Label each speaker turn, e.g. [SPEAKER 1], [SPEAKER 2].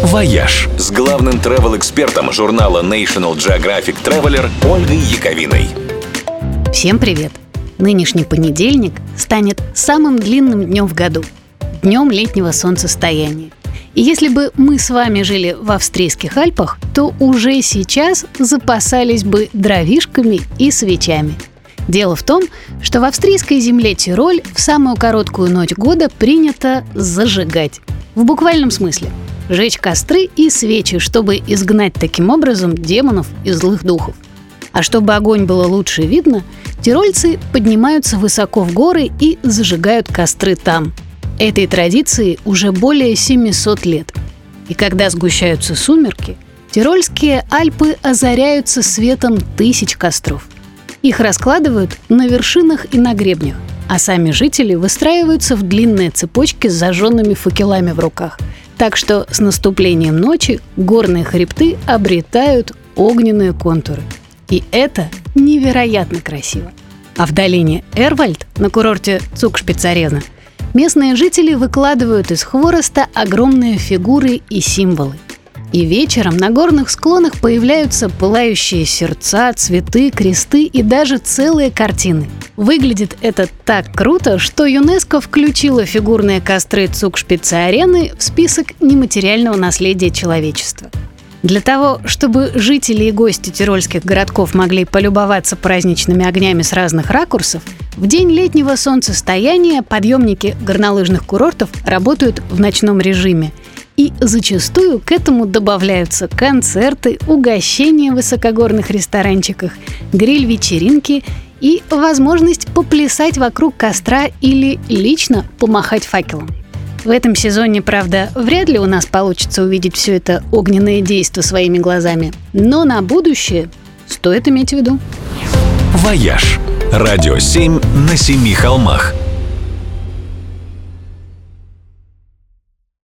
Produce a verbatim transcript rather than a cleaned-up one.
[SPEAKER 1] «Вояж» с главным travel-экспертом журнала National Geographic Traveler Ольгой Яковиной.
[SPEAKER 2] Всем привет! Нынешний понедельник станет самым длинным днем в году – днем летнего солнцестояния. И если бы мы с вами жили в австрийских Альпах, то уже сейчас запасались бы дровишками и свечами. Дело в том, что в австрийской земле Тироль в самую короткую ночь года принято зажигать. В буквальном смысле – жечь костры и свечи, чтобы изгнать таким образом демонов и злых духов. А чтобы огонь было лучше видно, тирольцы поднимаются высоко в горы и зажигают костры там. Этой традиции уже более семьсот лет. И когда сгущаются сумерки, Тирольские Альпы озаряются светом тысяч костров. Их раскладывают на вершинах и на гребнях, а сами жители выстраиваются в длинные цепочки с зажженными факелами в руках. Так что с наступлением ночи горные хребты обретают огненные контуры. И это невероятно красиво. А в долине Эрвальд, на курорте Цугспиц-Арена, местные жители выкладывают из хвороста огромные фигуры и символы. И вечером на горных склонах появляются пылающие сердца, цветы, кресты и даже целые картины. Выглядит это так круто, что ЮНЕСКО включило фигурные костры Цугспиц-Арены в список нематериального наследия человечества. Для того, чтобы жители и гости тирольских городков могли полюбоваться праздничными огнями с разных ракурсов, в день летнего солнцестояния подъемники горнолыжных курортов работают в ночном режиме. И зачастую к этому добавляются концерты, угощения в высокогорных ресторанчиках, гриль-вечеринки и возможность поплясать вокруг костра или лично помахать факелом. В этом сезоне, правда, вряд ли у нас получится увидеть все это огненное действо своими глазами. Но на будущее стоит иметь в виду.
[SPEAKER 1] «Вояж» – радио семь на семи холмах.